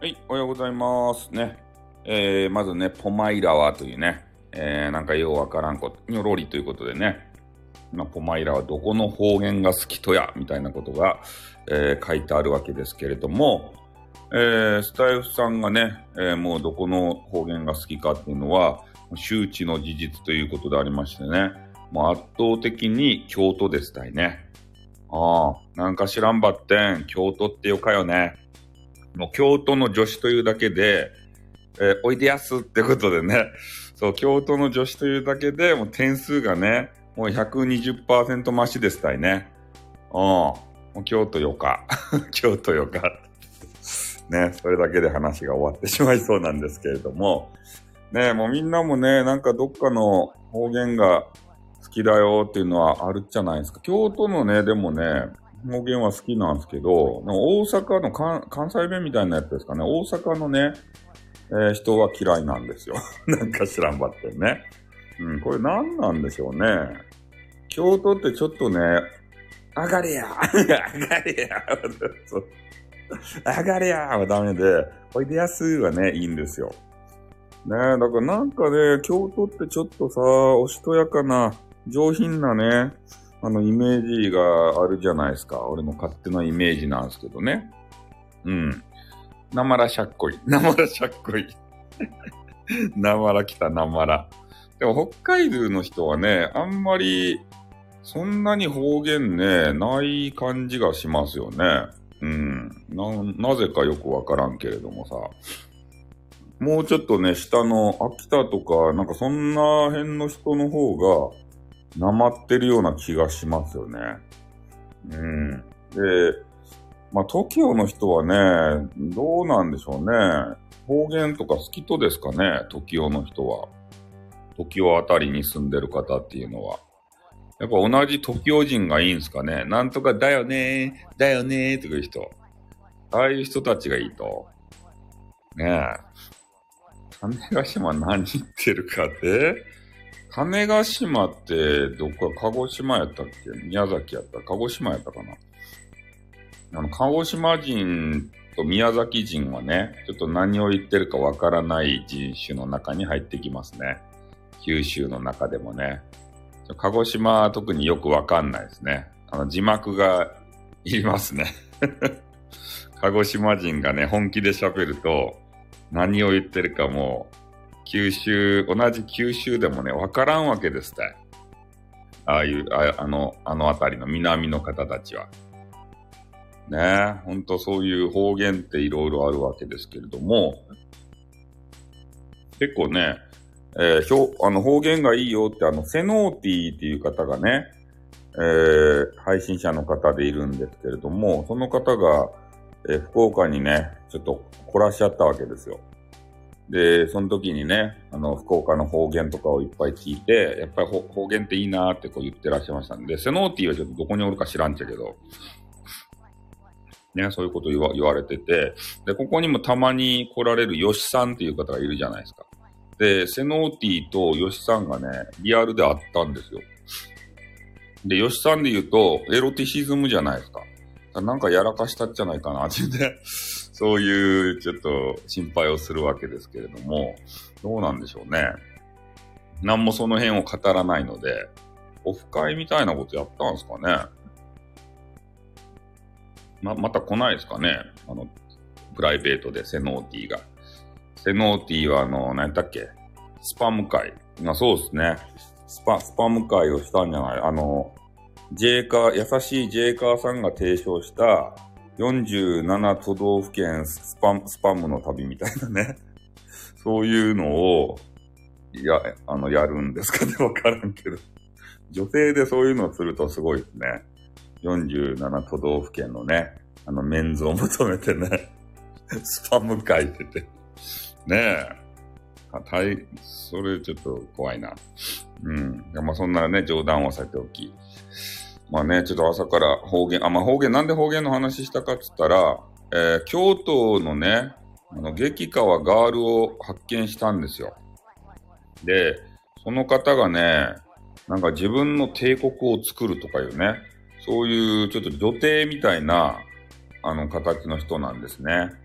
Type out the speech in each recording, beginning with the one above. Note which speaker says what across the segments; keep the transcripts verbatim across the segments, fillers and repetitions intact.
Speaker 1: はい、おはようございますね。えー、まずね、ポマイラワというね、えー、なんかようわからんこと、にょろりということでね、まあ、ポマイラはどこの方言が好きとや、みたいなことが、えー書いてあるわけですけれども、えースタイフさんがね、えーもうどこの方言が好きかっていうのは、周知の事実ということでありましてね、もう圧倒的に京都ですたいね。ああ、なんか知らんばってん、京都ってよかよね。もう京都の女子というだけで、えーおいでやすってことでね、そう、京都の女子というだけでもう点数がね、もうひゃくにじゅっパーセント増しですたいね。うん。もう京都よか。京都よか。ね、それだけで話が終わってしまいそうなんですけれども、ね、もうみんなもね、なんかどっかの方言が好きだよっていうのはあるじゃないですか。京都のね、でもね、方言は好きなんですけど、大阪の関関西弁みたいなやつですかね。大阪のね、えー人は嫌いなんですよ。なんか知らんばってね。うん、これ何なんでしょうね。京都ってちょっとね、上がれや上がれやそう上がれやはダメで、おいでやすはね、いいんですよ。ねえ、だからなんかね、京都ってちょっとさ、おしとやかな、上品なね、あの、イメージがあるじゃないですか。俺の勝手なイメージなんですけどね。うん。なまらしゃっこい。なまらしゃっこい。なまら来た、なまら。でも北海道の人はね、あんまり、そんなに方言ね、ない感じがしますよね。うん。な、なぜかよくわからんけれどもさ。もうちょっとね、下の秋田とか、なんかそんな辺の人の方が、なまってるような気がしますよね。うん。で、まあ、トキオの人はね、どうなんでしょうね。方言とか好きとですかね、トキオの人は。トキオあたりに住んでる方っていうのは。やっぱ同じトキオ人がいいんすかね。なんとかだよねー、だよねーっていう人。ああいう人たちがいいと。ねえ。種子島何言ってるかで種子島ってどこか、鹿児島やったっけ宮崎やった鹿児島やったかなあの、鹿児島人と宮崎人はね、ちょっと何を言ってるかわからない人種の中に入ってきますね。九州の中でもね。鹿児島は特によくわかんないですね。あの、字幕がいりますね。鹿児島人がね、本気で喋ると、何を言ってるかもう、九州、同じ九州でもね、わからんわけですって。ああいう、ああの、あのあたりの南の方たちは。ねえ、ほんとそういう方言っていろいろあるわけですけれども、結構ね、えー、表あの方言がいいよって、あの、セノーティーっていう方がね、えー、配信者の方でいるんですけれども、その方が、えー福岡にね、ちょっと来らっしゃったわけですよ。で、その時にね、あの、福岡の方言とかをいっぱい聞いて、やっぱり方方言っていいなーってこう言ってらっしゃいましたんで、セノーティーはちょっとどこにおるか知らんちゃけど、ね、そういうこと言わ言われてて、で、ここにもたまに来られるヨシさんっていう方がいるじゃないですか。で、セノーティーとヨシさんがね、リアルで会ったんですよ。で、ヨシさんで言うと、エロティシズムじゃないですか。なんかやらかしたんじゃないかなって言って、そういうちょっと心配をするわけですけれども、どうなんでしょうね。何もその辺を語らないので、オフ会みたいなことやったんですかね。ま、また来ないですかね。あの、プライベートでセノーティーが。セノーティーはあの、何だっけスパム会。まあそうですね。スパ、スパム会をしたんじゃないあの、ジェイカー、優しいジェイカーさんが提唱したよんじゅうなな都道府県スパム、スパムの旅みたいなね。そういうのを、や、あの、やるんですかねわからんけど。女性でそういうのをするとすごいですね。よんじゅうなな都道府県のね、あの、メンズを求めてね、スパム書いてて。ねえ。たい、それちょっと怖いな。うん。まあそんなね、冗談はさておき。まあね、ちょっと朝から方言、あ、まあ方言、なんで方言の話したかって言ったら、えー京都のね、あの、激川ガールを発見したんですよ。で、その方がね、なんか自分の帝国を作るとかいうね、そういうちょっと女帝みたいな、あの、形の人なんですね。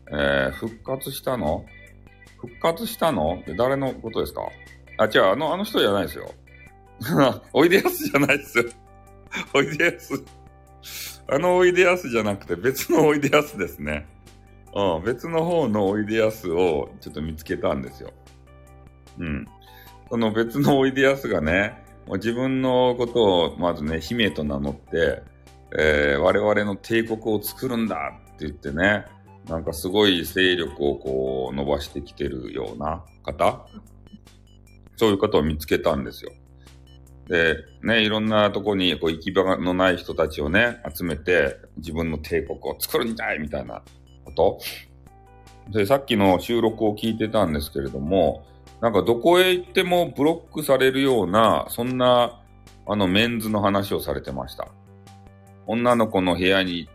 Speaker 1: えー、復活したの復活したのって誰のことですか？あ、違う、あの、あの人じゃないですよ。おいでやすじゃないですよ。おいでやす。あのおいでやすじゃなくて別のおいでやすですね。うん、別の方のおいでやすをちょっと見つけたんですよ。うん。その別のおいでやすがね、もう自分のことをまずね、姫と名乗って、えー、我々の帝国を作るんだって言ってね、なんかすごい勢力をこう伸ばしてきてるような方、そういう方を見つけたんですよ。で、ね、いろんなとこにこう行き場のない人たちをね、集めて自分の帝国を作るんだいみたいなことで、さっきの収録を聞いてたんですけれども、なんかどこへ行ってもブロックされるような、そんな、あの、メンズの話をされてました。女の子の部屋に行って、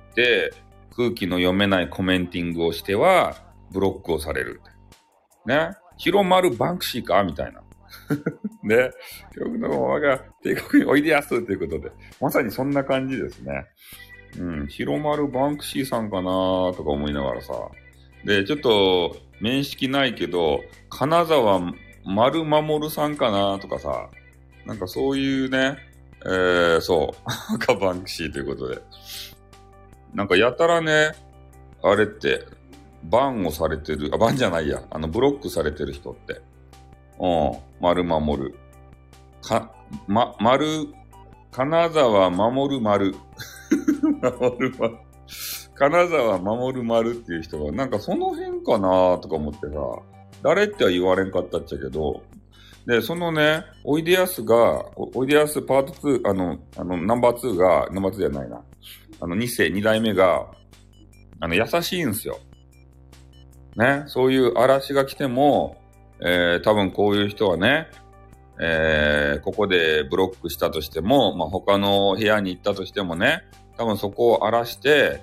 Speaker 1: 空気の読めないコメンティングをしては、ブロックをされる。ね。広まるバンクシーかみたいな。ね。僕の我が帝国においでやすということで、まさにそんな感じですね。うん。広まるバンクシーさんかなとか思いながらさ。で、ちょっと、面識ないけど、金沢丸守さんかなとかさ、なんかそういうね、えー、そう、がバンクシーということで。なんかやたらね、あれって、バンをされてる、あ、バンじゃないや、あの、ブロックされてる人って。うん、丸守る。か、ま、丸、金沢守る丸。守る丸。金沢守る丸っていう人が、なんかその辺かなとか思ってさ、誰っては言われんかったっちゃけど、で、そのね、おいでやすが、おおいでやすパートツー、あの、あの、ナンバーツーが、ナンバーツーじゃないな。あの、に世、に代目が、あの、優しいんですよ。ね、そういう嵐が来ても、えー、多分こういう人はね、えー、ここでブロックしたとしても、まあ、他の部屋に行ったとしてもね、多分そこを荒らして、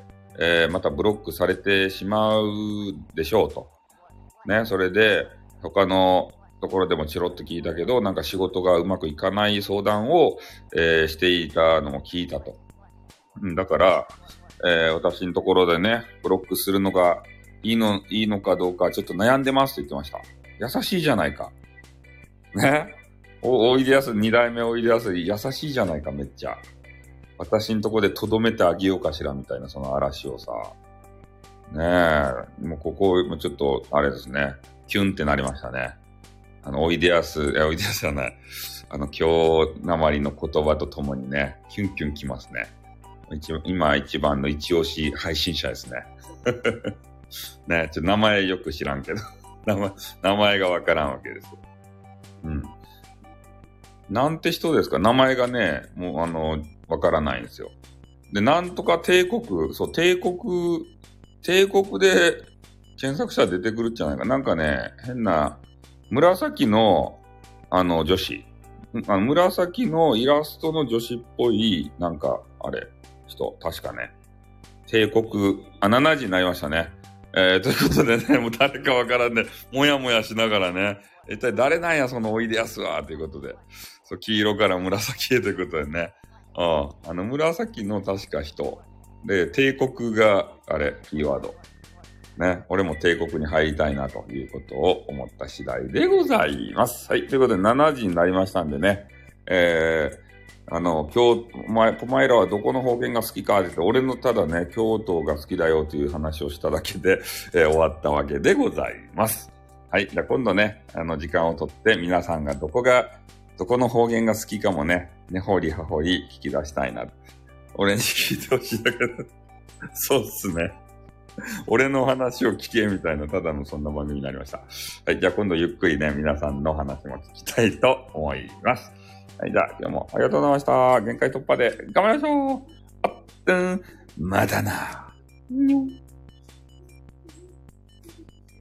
Speaker 1: えー、またブロックされてしまうでしょうと。ね、それで、他のところでもチロッと聞いたけど、なんか仕事がうまくいかない相談を、えー、していたのも聞いたと。うん、だから、えー、私のところでね、ブロックするのがいいの、いいのかどうかちょっと悩んでますって言ってました。優しいじゃないか。ね。お、おいでやす、二代目おいでやす、優しいじゃないか、めっちゃ。私のとこで留めてあげようかしら、みたいな、その嵐をさ。ねえ、もうここ、もうちょっと、あれですね、キュンってなりましたね。あの、おいでやす、いや、おいでやすじゃない。あの、今日、なまりの言葉とともにね、キュンキュンきますね。一今一番の一押し配信者ですね。ね、ちょっと名前よく知らんけど、名前、名前がわからんわけです。うん。なんて人ですか？名前がね、もうあの、わからないんですよ。で、なんとか帝国、そう、帝国、帝国で検索したら出てくるんじゃないか。なんかね、変な、紫の、あの、女子。あの紫のイラストの女子っぽい、なんか、あれ、人、確かね。帝国、あ、しちじになりましたね。えー、ということでね、もう誰かわからんね、もやもやしながらね、一体誰なんや、そのおいでやすは、ということで。そう、黄色から紫へということでね。ああ、あの、紫の確か人。で、帝国が、あれ、キーワード。ね、俺も帝国に入りたいなということを思った次第でございます。はい、ということでしちじになりましたんでね。えー、あの、今日、お前、ポマイラはどこの方言が好きかって言って、俺のただね、京都が好きだよという話をしただけで、えー、終わったわけでございます。はい。じゃあ今度ね、あの、時間をとって皆さんがどこが、どこの方言が好きかもね、根掘り葉掘り聞き出したいな。俺に聞いてほしいだけど。そうっすね。俺の話を聞けみたいな、ただのそんな番組になりました。はい。じゃあ今度ゆっくりね、皆さんの話も聞きたいと思います。はい。じゃあ今日もありがとうございました。限界突破で頑張りましょう。あっ、うん、まだな。にょん